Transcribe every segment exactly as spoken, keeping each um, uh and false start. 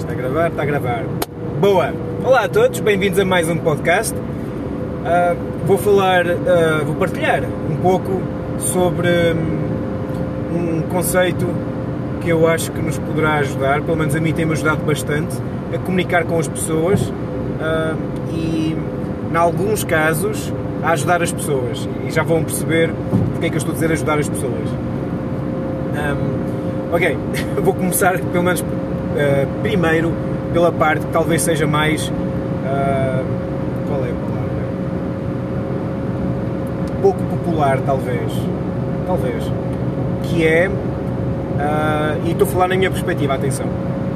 Está a gravar? Está a gravar. Boa! Olá a todos, bem-vindos a mais um podcast. Uh, vou falar, uh, vou partilhar um pouco sobre um, um conceito que eu acho que nos poderá ajudar, pelo menos a mim tem-me ajudado bastante, a comunicar com as pessoas uh, e, em alguns casos, a ajudar as pessoas. E já vão perceber porque é que eu estou a dizer ajudar as pessoas. Um, ok, vou começar pelo menos uh, primeiro pela parte que talvez seja mais... Uh, qual é a palavra? Pouco popular, talvez. Talvez. Que é... Uh, e estou a falar na minha perspectiva, atenção.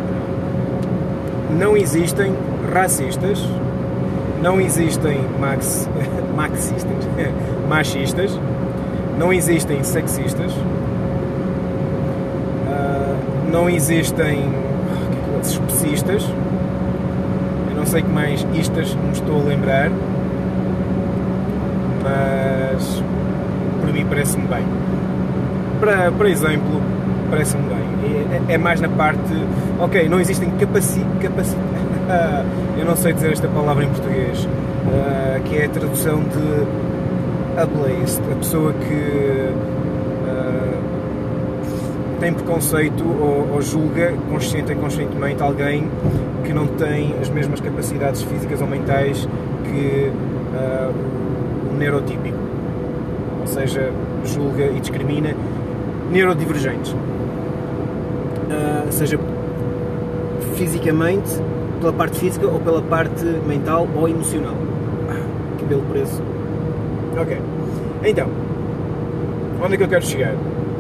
Não existem racistas, não existem max, maxistas, machistas, não existem sexistas, uh, não existem especistas, eu não sei que mais istas me estou a lembrar, mas para mim parece-me bem. Para, por exemplo, parece-me bem. É, é mais na parte... Ok, não existem capaci... capaci eu não sei dizer esta palavra em português, uh, que é a tradução de ableist, a pessoa que uh, tem preconceito ou, ou julga consciente ou inconscientemente alguém que não tem as mesmas capacidades físicas ou mentais que uh, o neurotípico, ou seja, julga e discrimina neurodivergentes, uh, seja fisicamente, pela parte física ou pela parte mental ou emocional. Ah, que belo preço. Ok. Então, onde é que eu quero chegar?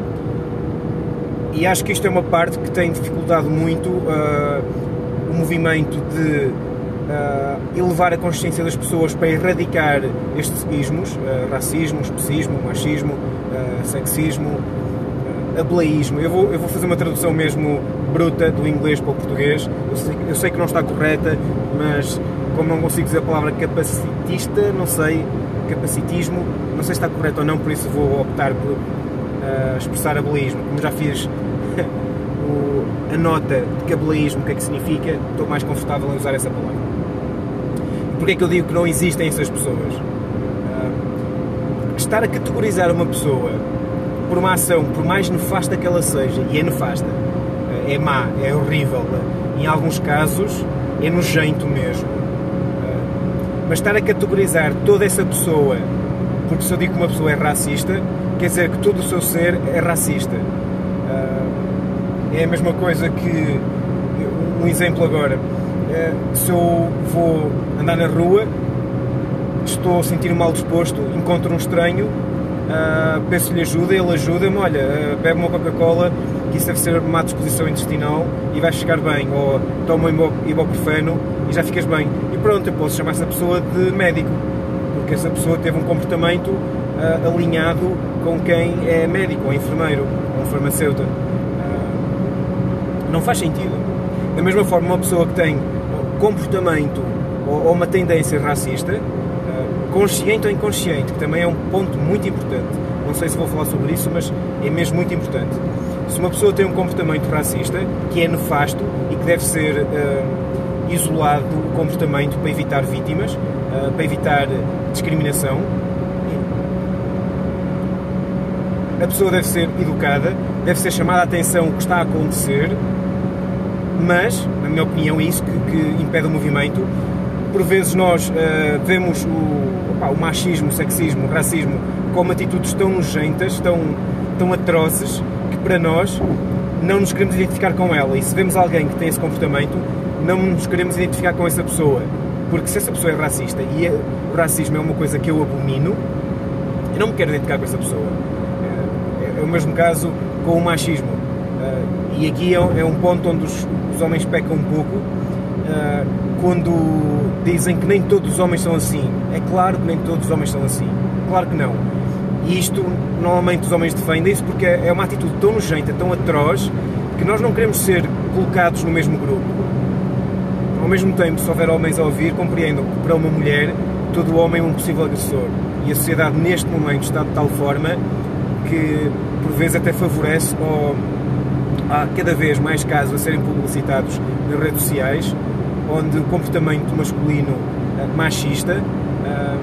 E acho que isto é uma parte que tem dificultado muito uh, o movimento de uh, elevar a consciência das pessoas para erradicar estes ismos, uh, racismo, especismo, machismo, uh, sexismo, uh, ableísmo. Eu vou, eu vou fazer uma tradução mesmo bruta do inglês para o português. Eu sei, eu sei que não está correta, mas como não consigo dizer a palavra capacitista, não sei, capacitismo, não sei se está correto ou não, por isso vou optar por uh, expressar ableísmo. Como já fiz o, a nota de que ableísmo, o que é que significa, estou mais confortável em usar essa palavra. Porquê é que eu digo que não existem essas pessoas? Uh, estar a categorizar uma pessoa por uma ação, por mais nefasta que ela seja, e é nefasta, é má, é horrível, em alguns casos é nojento mesmo, mas estar a categorizar toda essa pessoa, porque se eu digo que uma pessoa é racista, quer dizer que todo o seu ser é racista. É a mesma coisa que, um exemplo agora, se eu vou andar na rua, estou a sentir um mal disposto, encontro um estranho, peço-lhe ajuda, ele ajuda-me, olha, bebe uma Coca-Cola, que isso deve ser uma disposição intestinal e vais ficar bem, ou toma um ibuprofeno e já ficas bem. E pronto, eu posso chamar essa pessoa de médico, porque essa pessoa teve um comportamento uh, alinhado com quem é médico, ou enfermeiro, ou um farmacêutico. Uh, não faz sentido. Da mesma forma, uma pessoa que tem comportamento ou, ou uma tendência racista, uh, consciente ou inconsciente, que também é um ponto muito importante, não sei se vou falar sobre isso, mas é mesmo muito importante. Se uma pessoa tem um comportamento racista, que é nefasto e que deve ser uh, isolado do comportamento para evitar vítimas, uh, para evitar discriminação, a pessoa deve ser educada, deve ser chamada a atenção o que está a acontecer, mas, na minha opinião, é isso que, que impede o movimento. Por vezes nós uh, vemos o, opa, o machismo, o sexismo, o racismo como atitudes tão nojentas, tão, tão atrozes, que para nós não nos queremos identificar com ela. E se vemos alguém que tem esse comportamento, não nos queremos identificar com essa pessoa. Porque se essa pessoa é racista e o racismo é uma coisa que eu abomino, eu não me quero identificar com essa pessoa. É, é o mesmo caso com o machismo. Uh, e aqui é, é um ponto onde os, os homens pecam um pouco, uh, quando dizem que nem todos os homens são assim. É claro que nem todos os homens são assim. Claro que não. E isto, normalmente os homens defendem-se porque é uma atitude tão nojenta, tão atroz, que nós não queremos ser colocados no mesmo grupo. Ao mesmo tempo, se houver homens a ouvir, compreendam que para uma mulher, todo homem é um possível agressor. E a sociedade, neste momento, está de tal forma que, por vezes, até favorece ou, há cada vez mais casos a serem publicitados nas redes sociais, onde o comportamento masculino uh, machista uh,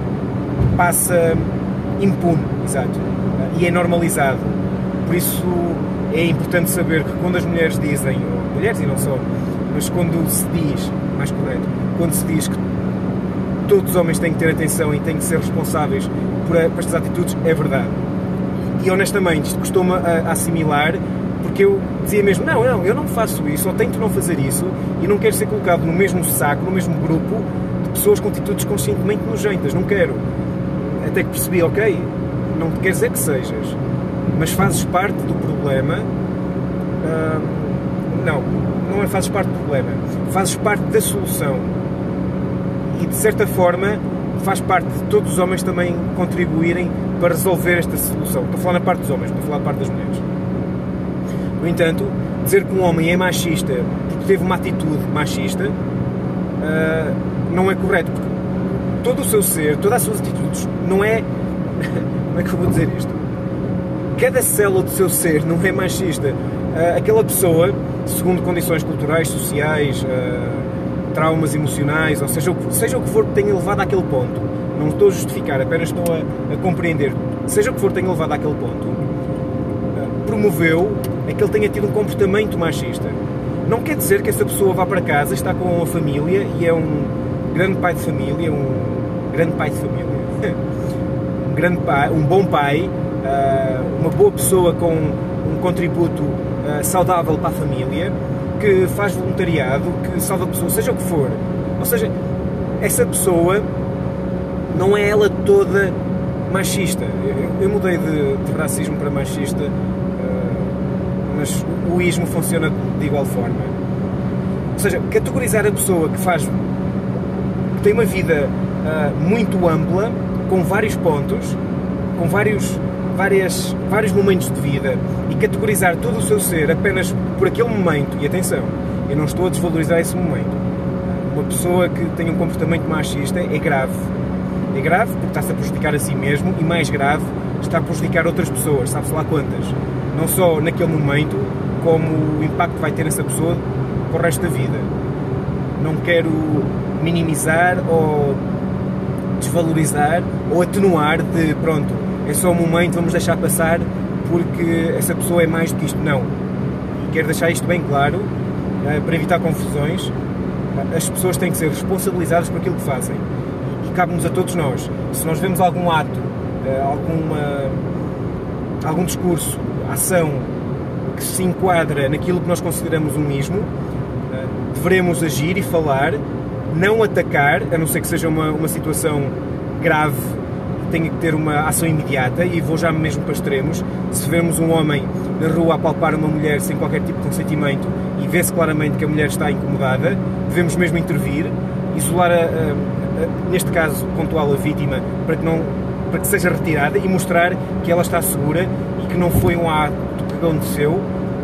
passa impune, exato, uh, e é normalizado. Por isso é importante saber que quando as mulheres dizem, ou mulheres e não só, mas quando se diz, mais correto, quando se diz que todos os homens têm que ter atenção e têm que ser responsáveis por, a, por estas atitudes, é verdade. E honestamente, isto costuma a, a assimilar, porque eu dizia mesmo, não, não, eu não faço isso, ou tento não fazer isso, e não quero ser colocado no mesmo saco, no mesmo grupo, de pessoas com atitudes conscientemente nojentas, não quero. Até que percebi, ok, não quer dizer que sejas, mas fazes parte do problema. Hum, não, não é fazes parte do problema, fazes parte da solução. E de certa forma faz parte de todos os homens também contribuírem para resolver esta solução. Estou a falar na parte dos homens, estou a falar na parte das mulheres. No entanto, dizer que um homem é machista porque teve uma atitude machista uh, não é correto, porque todo o seu ser, todas as suas atitudes, não é... Como é que eu vou dizer isto? Cada célula do seu ser não é machista. Uh, aquela pessoa, segundo condições culturais, sociais, uh, traumas emocionais, ou seja, seja o que for que tenha levado àquele ponto, não estou a justificar, apenas estou a, a compreender, seja o que for que tenha levado àquele ponto, uh, promoveu é que ele tenha tido um comportamento machista. Não quer dizer que essa pessoa vá para casa, está com a família e é um grande pai de família, um grande pai de família, um, grande pai, um bom pai, uh, uma boa pessoa com um contributo uh, saudável para a família, que faz voluntariado, que salva pessoas, seja o que for. Ou seja, essa pessoa não é ela toda machista. Eu, eu mudei de, de racismo para machista, uh, mas o ismo funciona de igual forma. Ou seja, categorizar a pessoa que faz, que tem uma vida uh, muito ampla, com vários pontos, com vários, várias, vários momentos de vida, e categorizar todo o seu ser apenas por aquele momento, e atenção, eu não estou a desvalorizar esse momento. Uma pessoa que tem um comportamento machista é grave. É grave porque está-se a prejudicar a si mesmo, e mais grave, está a prejudicar outras pessoas, sabe-se lá quantas. Não só naquele momento, como o impacto que vai ter nessa pessoa para o resto da vida. Não quero minimizar ou desvalorizar ou atenuar de, pronto, é só um momento, vamos deixar passar porque essa pessoa é mais do que isto. Não. E quero deixar isto bem claro, para evitar confusões. As pessoas têm que ser responsabilizadas por aquilo que fazem. E cabe-nos a todos nós. Se nós vemos algum ato, alguma, algum discurso, ação que se enquadra naquilo que nós consideramos um ismo, devemos agir e falar, não atacar, a não ser que seja uma, uma situação grave, tenha que ter uma ação imediata, e vou já mesmo para extremos. Se vemos um homem na rua a palpar uma mulher sem qualquer tipo de consentimento e vê-se claramente que a mulher está incomodada, devemos mesmo intervir, isolar, a, a, a, neste caso pontual, a vítima, para que, não, para que seja retirada, e mostrar que ela está segura e que não foi um ato que aconteceu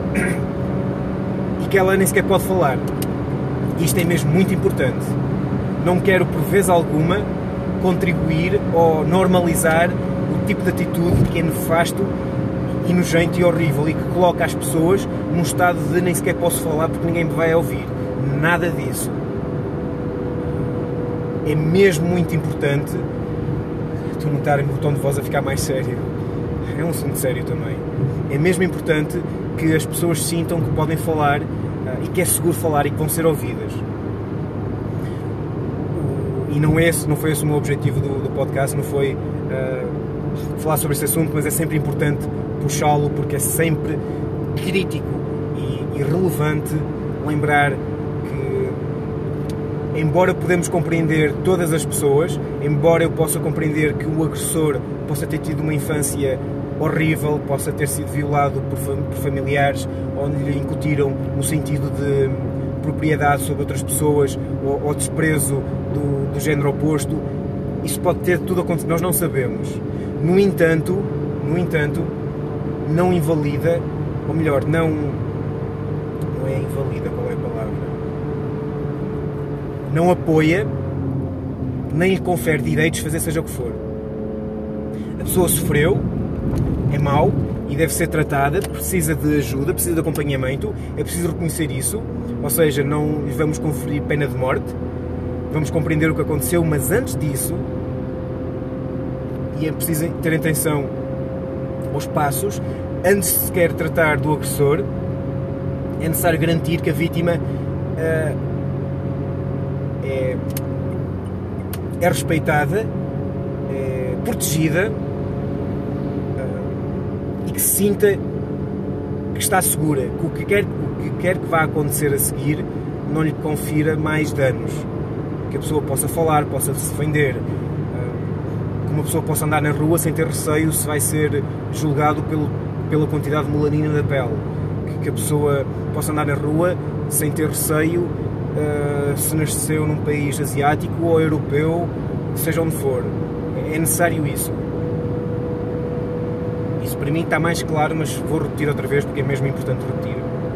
e que ela nem sequer pode falar. Isto é mesmo muito importante. Não quero, por vez alguma, contribuir ou normalizar o tipo de atitude que é nefasto e nojento e horrível, e que coloca as pessoas num estado de nem sequer posso falar porque ninguém me vai ouvir. Nada disso. É mesmo muito importante. Estou a notar o meu tom de voz a ficar mais sério. É um assunto sério também. É mesmo importante que as pessoas sintam que podem falar, e que é seguro falar e que vão ser ouvidas. E não, é esse, não foi esse o meu objetivo do, do podcast, não foi uh, falar sobre este assunto, mas é sempre importante puxá-lo, porque é sempre crítico e, e relevante lembrar que, embora podemos compreender todas as pessoas, embora eu possa compreender que o agressor possa ter tido uma infância horrível, possa ter sido violado por, por familiares, onde lhe incutiram no sentido de propriedade sobre outras pessoas, ou, ou desprezo do, do género oposto, isso pode ter tudo acontecido, nós não sabemos. No entanto, no entanto, não invalida, ou melhor, não, não é invalida, qual é a palavra? Não apoia, nem lhe confere direitos de fazer seja o que for. A pessoa sofreu, é mau, e deve ser tratada, precisa de ajuda, precisa de acompanhamento, é preciso reconhecer isso, ou seja, não vamos conferir pena de morte, vamos compreender o que aconteceu, mas antes disso, e é preciso ter atenção aos passos, antes de sequer tratar do agressor, é necessário garantir que a vítima uh, é, é respeitada, é protegida, e que se sinta que está segura, que o que quer, o que quer que vá acontecer a seguir não lhe confira mais danos, que a pessoa possa falar, possa se defender, que uma pessoa possa andar na rua sem ter receio se vai ser julgado pelo, pela quantidade de melanina da pele, que a pessoa possa andar na rua sem ter receio uh, se nasceu num país asiático ou europeu, seja onde for. É necessário isso. Isso para mim está mais claro, mas vou repetir outra vez porque é mesmo importante repetir.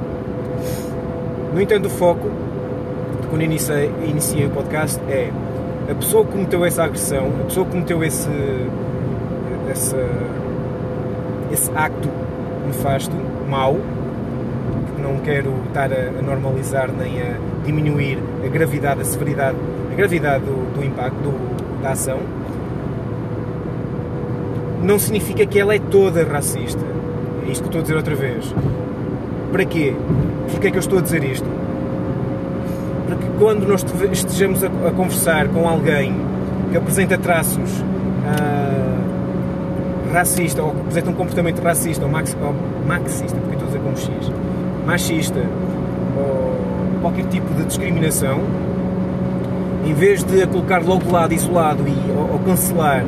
No entanto, o foco, de quando iniciei, iniciei o podcast, é a pessoa que cometeu essa agressão, a pessoa que cometeu esse, esse, esse acto nefasto, mau, porque não quero estar a, a normalizar nem a diminuir a gravidade, a severidade, a gravidade do, do impacto, do, da ação, não significa que ela é toda racista. É isto que eu estou a dizer outra vez. Para quê? Porquê é que eu estou a dizer isto? Porque quando nós estejamos a, a conversar com alguém que apresenta traços uh, racista, ou que apresenta um comportamento racista, ou, max, ou maxista, porque eu estou a dizer com um X, machista, ou qualquer tipo de discriminação, em vez de a colocar logo de lado, isolado, e, ou, ou cancelar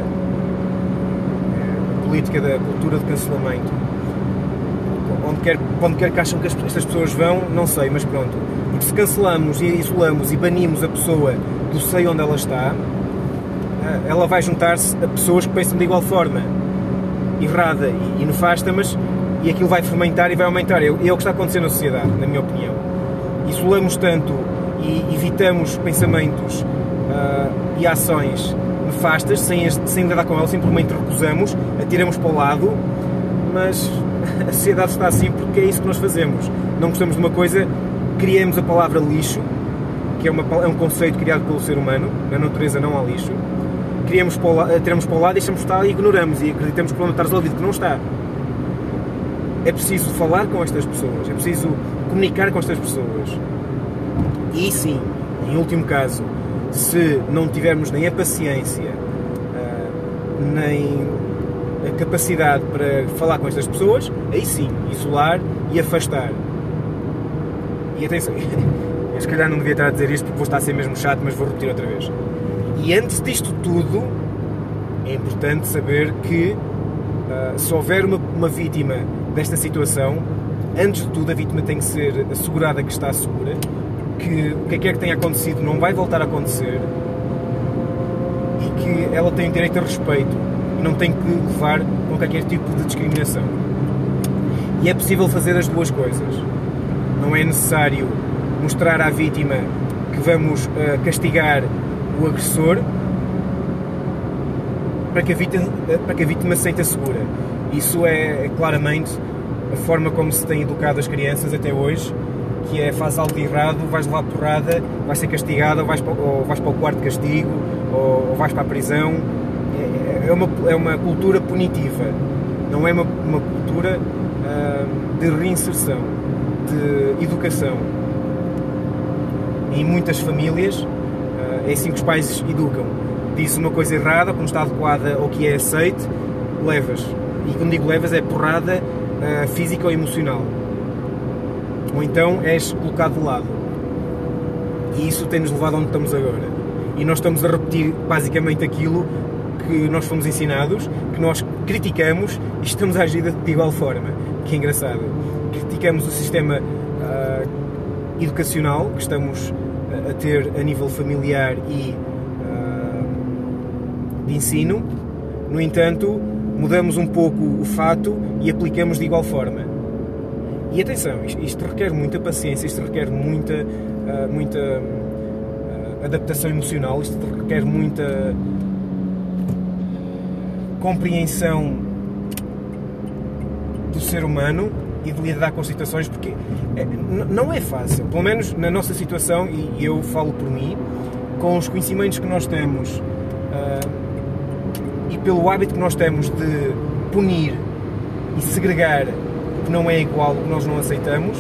a política da cultura de cancelamento, onde quer, onde quer que acham que estas pessoas vão, não sei, mas pronto. Porque se cancelamos e isolamos e banimos a pessoa do seio onde ela está, ela vai juntar-se a pessoas que pensam de igual forma, errada e, e nefasta, mas e aquilo vai fermentar e vai aumentar. É, é o que está a acontecer na sociedade, na minha opinião. Isolamos tanto e evitamos pensamentos uh, e ações nefastas, sem, sem lidar com elas, simplesmente recusamos, atiramos para o lado, mas a sociedade está assim porque é isso que nós fazemos. Não gostamos de uma coisa, criamos a palavra lixo, que é, uma, é um conceito criado pelo ser humano, na natureza não há lixo, criamos para o, atiramos para o lado, deixamos estar e ignoramos, e acreditamos que o problema está resolvido, que não está. É preciso falar com estas pessoas, é preciso comunicar com estas pessoas. E sim, em último caso, se não tivermos nem a paciência, nem a capacidade para falar com estas pessoas, aí sim, isolar e afastar. E atenção, eu se calhar não devia estar a dizer isto porque vou estar a ser mesmo chato, mas vou repetir outra vez. E antes disto tudo, é importante saber que uh, se houver uma, uma vítima desta situação, antes de tudo a vítima tem que ser assegurada que está segura, que o que é que, é que tenha acontecido não vai voltar a acontecer e que ela tem direito a respeito e não tem que levar com qualquer tipo de discriminação. E é possível fazer as duas coisas. Não é necessário mostrar à vítima que vamos uh, castigar o agressor para que a vítima, para que a vítima se sinta segura. Isso é, é claramente a forma como se tem educado as crianças até hoje, que é, faz algo de errado, vais levar porrada, vais ser castigada, ou vais para, ou vais para o quarto de castigo, ou, ou vais para a prisão. É, é, uma, é uma cultura punitiva, não é uma, uma cultura uh, de reinserção, de educação. Em muitas famílias uh, é assim que os pais educam. Diz uma coisa errada, como está adequada ou que é aceite, levas. E quando digo levas é porrada uh, física ou emocional. Ou então és colocado de lado. E isso tem-nos levado onde estamos agora. E nós estamos a repetir basicamente aquilo que nós fomos ensinados, que nós criticamos e estamos a agir de igual forma. Que é engraçado. Criticamos o sistema uh, educacional que estamos a ter a nível familiar e uh, de ensino. No entanto, mudamos um pouco o fato e aplicamos de igual forma. E atenção, isto requer muita paciência, isto requer muita, uh, muita uh, adaptação emocional, isto requer muita compreensão do ser humano e de lidar com situações, porque é, não é fácil, pelo menos na nossa situação, e eu falo por mim, com os conhecimentos que nós temos uh, e pelo hábito que nós temos de punir e segregar o que não é igual, o que nós não aceitamos.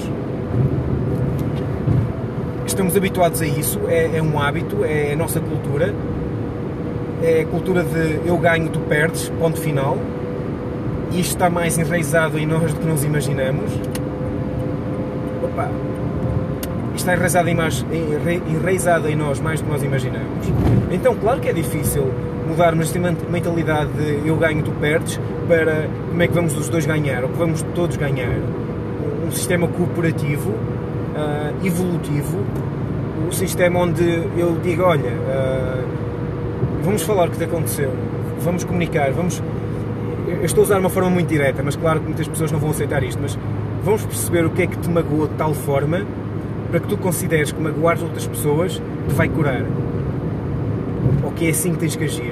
Estamos habituados a isso, é, é um hábito, é a nossa cultura, é a cultura de eu ganho, tu perdes, ponto final. E isto está mais enraizado em nós do que nós imaginamos. Opa, isto está enraizado em, mais, enraizado em nós mais do que nós imaginamos. Então, claro que é difícil mudarmos esta mentalidade de eu ganho, tu perdes, para como é que vamos os dois ganhar, ou que vamos todos ganhar. Um sistema cooperativo, uh, evolutivo, um sistema onde eu digo, olha, uh, vamos falar o que te aconteceu, vamos comunicar, vamos... Eu estou a usar uma forma muito direta, mas claro que muitas pessoas não vão aceitar isto, mas vamos perceber o que é que te magoou de tal forma para que tu consideres que magoar outras pessoas te vai curar. Ou que é assim que tens que agir.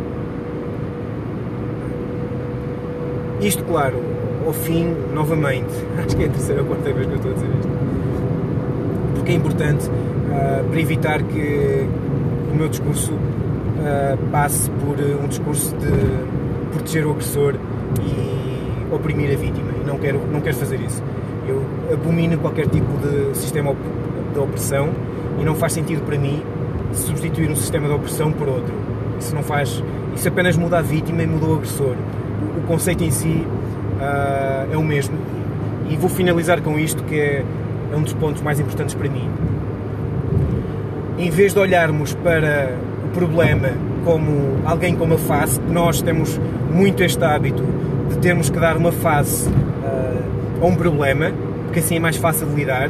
Isto, claro, ao fim, novamente, acho que é a terceira ou quarta vez que eu estou a dizer isto, porque é importante uh, para evitar que o meu discurso uh, passe por uh, um discurso de proteger o agressor e oprimir a vítima, e não quero, não quero fazer isso. Eu abomino qualquer tipo de sistema de opressão e não faz sentido para mim substituir um sistema de opressão por outro. Isso não faz, isso apenas muda a vítima e muda o agressor. O, o conceito em si uh, é o mesmo, e vou finalizar com isto, que é, é um dos pontos mais importantes para mim. Em vez de olharmos para o problema como alguém com uma face, nós temos muito este hábito de termos que dar uma face uh, a um problema, porque assim é mais fácil de lidar. Uh,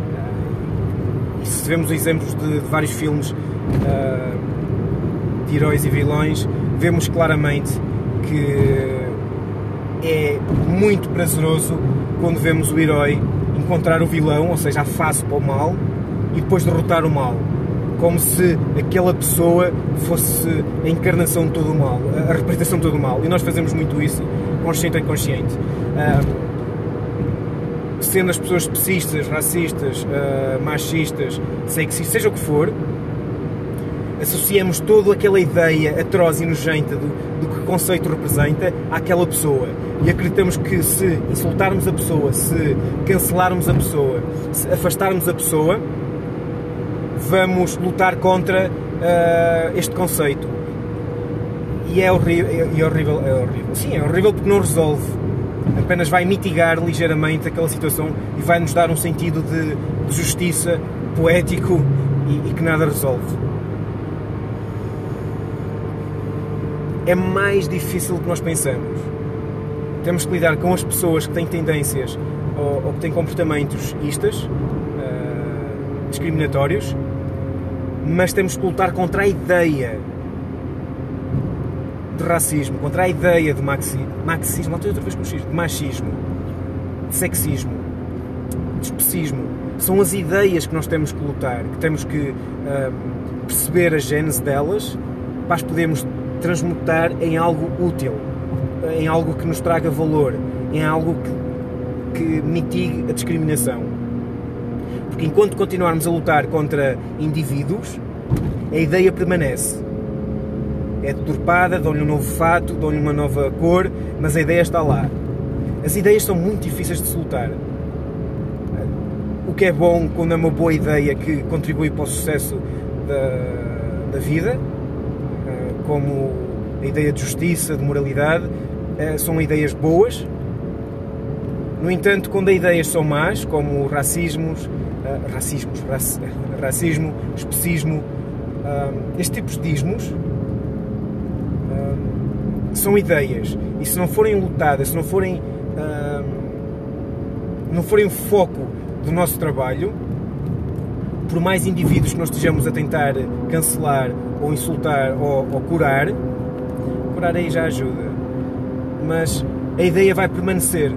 e se vemos exemplos de, de vários filmes uh, de heróis e vilões, vemos claramente que é muito prazeroso quando vemos o herói encontrar o vilão, ou seja, a face para o mal, e depois derrotar o mal. Como se aquela pessoa fosse a encarnação de todo o mal, a representação de todo o mal. E nós fazemos muito isso, consciente ou inconsciente. Uh, sendo as pessoas especistas, racistas, uh, machistas, sexistas, seja o que for, associamos toda aquela ideia atroz e nojenta do, do que o conceito representa àquela pessoa. E acreditamos que se insultarmos a pessoa, se cancelarmos a pessoa, se afastarmos a pessoa, vamos lutar contra uh, este conceito. E é horrível, é horrível, é horrível. Sim, é horrível porque não resolve. Apenas vai mitigar ligeiramente aquela situação e vai nos dar um sentido de, de justiça poético e, e que nada resolve. É mais difícil do que nós pensamos. Temos que lidar com as pessoas que têm tendências ou, ou que têm comportamentos istas, uh, discriminatórios, mas temos que lutar contra a ideia de racismo, contra a ideia de maxi, maxismo, outra vez com X, de machismo, de sexismo, de especismo. São as ideias que nós temos que lutar, que temos que uh, perceber a gênese delas para as podermos transmutar em algo útil, em algo que nos traga valor, em algo que, que mitigue a discriminação. Porque enquanto continuarmos a lutar contra indivíduos, a ideia permanece. É deturpada, dão-lhe um novo fato, dão-lhe uma nova cor, mas a ideia está lá. As ideias são muito difíceis de se lutar. O que é bom quando é uma boa ideia que contribui para o sucesso da, da vida, como a ideia de justiça, de moralidade, são ideias boas. No entanto, quando as ideias são más, como racismos, racismos, raci, racismo, especismo, estes tipos de ismos, são ideias, e se não forem lutadas, se não forem, não forem o foco do nosso trabalho, por mais indivíduos que nós estejamos a tentar cancelar, ou insultar, ou, ou curar, curar aí já ajuda, mas a ideia vai permanecer.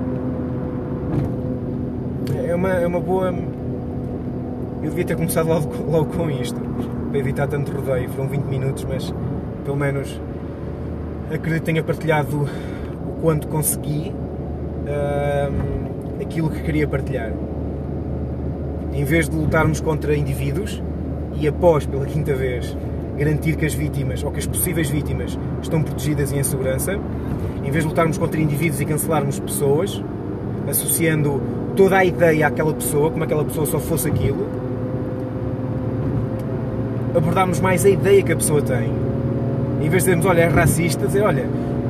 É uma, é uma boa... Eu devia ter começado logo, logo com isto, para evitar tanto rodeio. Foram vinte minutos, mas pelo menos acredito que tenha partilhado o quanto consegui. uh, aquilo que queria partilhar. Em vez de lutarmos contra indivíduos e após, pela quinta vez, garantir que as vítimas, ou que as possíveis vítimas, estão protegidas e em segurança, em vez de lutarmos contra indivíduos e cancelarmos pessoas, associando toda a ideia àquela pessoa, como aquela pessoa só fosse aquilo, abordarmos mais a ideia que a pessoa tem. Em vez de dizermos, olha, é racista, dizer, olha,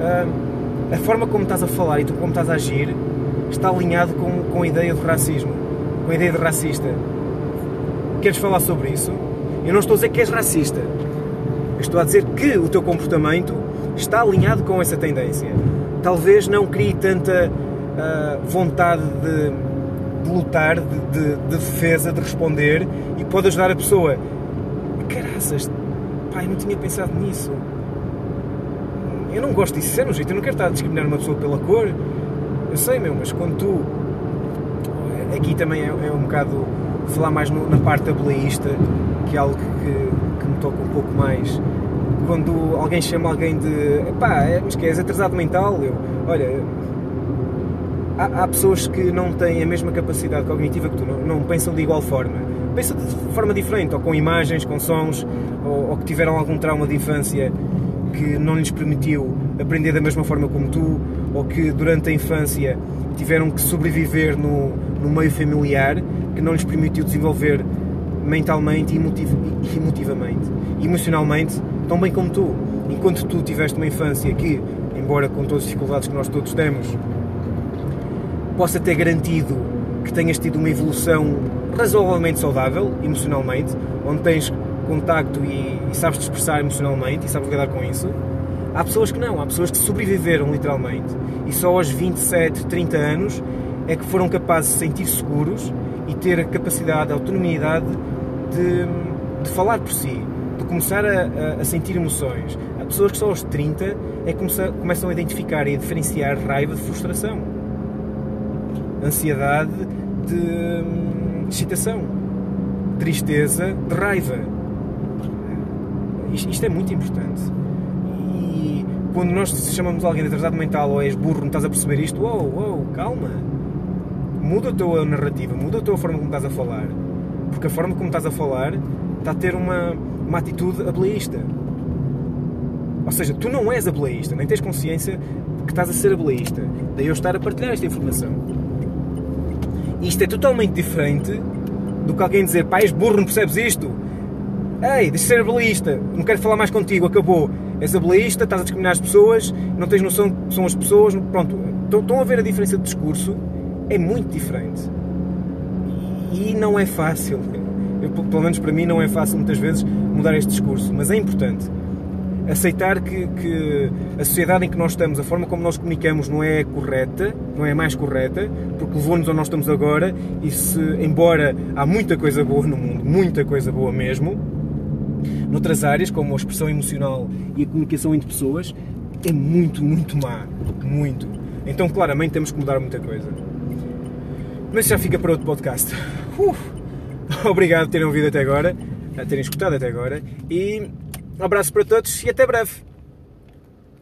a forma como estás a falar e tu como estás a agir está alinhado com, com a ideia do racismo, com a ideia de racista. Queres falar sobre isso? Eu não estou a dizer que és racista. Eu estou a dizer que o teu comportamento está alinhado com essa tendência. Talvez não crie tanta uh, vontade de, de lutar, de, de, de defesa, de responder, e pode ajudar a pessoa. Caraças, pá, eu não tinha pensado nisso. Eu não gosto disso, é um jeito. Eu não quero estar a discriminar uma pessoa pela cor. Eu sei, meu, mas quando tu... Aqui também é, é um bocado falar mais no, na parte ableísta, que é algo que, que me toca um pouco mais. Quando alguém chama alguém de... Pá, é, mas que és atrasado mental? Eu, olha, há, há pessoas que não têm a mesma capacidade cognitiva que tu, não, não pensam de igual forma. Pensam de forma diferente, ou com imagens, com sons, ou, ou que tiveram algum trauma de infância que não lhes permitiu aprender da mesma forma como tu, ou que durante a infância tiveram que sobreviver no, no meio familiar, que não lhes permitiu desenvolver mentalmente e emotiv, emotivamente, emocionalmente, tão bem como tu. Enquanto tu tiveste uma infância que, embora com todas as dificuldades que nós todos temos, possa ter garantido que tenhas tido uma evolução razoavelmente saudável, emocionalmente, onde tens contacto e, e sabes te expressar emocionalmente e sabes lidar com isso. Há pessoas que não, há pessoas que sobreviveram literalmente e só aos vinte e sete, trinta anos é que foram capazes de se sentir seguros e ter a capacidade, a autonomia de, de falar por si, de começar a, a, a sentir emoções. Há pessoas que só aos trinta é que começam, começam a identificar e a diferenciar raiva de frustração, ansiedade de hum, excitação, tristeza de raiva. Isto, isto é muito importante. E quando nós chamamos alguém de atrasado mental ou és burro, não estás a perceber isto, uou, uou, calma. Muda a tua narrativa, muda a tua forma como estás a falar. Porque a forma como estás a falar está a ter uma, uma atitude ableísta. Ou seja, tu não és ableísta, nem tens consciência de que estás a ser ableísta. Daí eu estar a partilhar esta informação. E isto é totalmente diferente do que alguém dizer, pá, és burro, não percebes isto? Ei, deixa de ser ableísta, não quero falar mais contigo, acabou. És ableísta, estás a discriminar as pessoas, não tens noção que são as pessoas, pronto. Estão a ver a diferença de discurso? É muito diferente. E não é fácil. Eu, pelo menos para mim não é fácil muitas vezes mudar este discurso, mas é importante. Aceitar que, que a sociedade em que nós estamos, a forma como nós comunicamos não é correta, não é a mais correta, porque levou-nos onde nós estamos agora e se, embora há muita coisa boa no mundo, muita coisa boa mesmo, noutras áreas, como a expressão emocional e a comunicação entre pessoas, é muito, muito má. Muito. Então, claramente, temos que mudar muita coisa. Mas já fica para outro podcast. Uf. Obrigado por terem ouvido até agora, a terem escutado até agora, e um abraço para todos e até breve.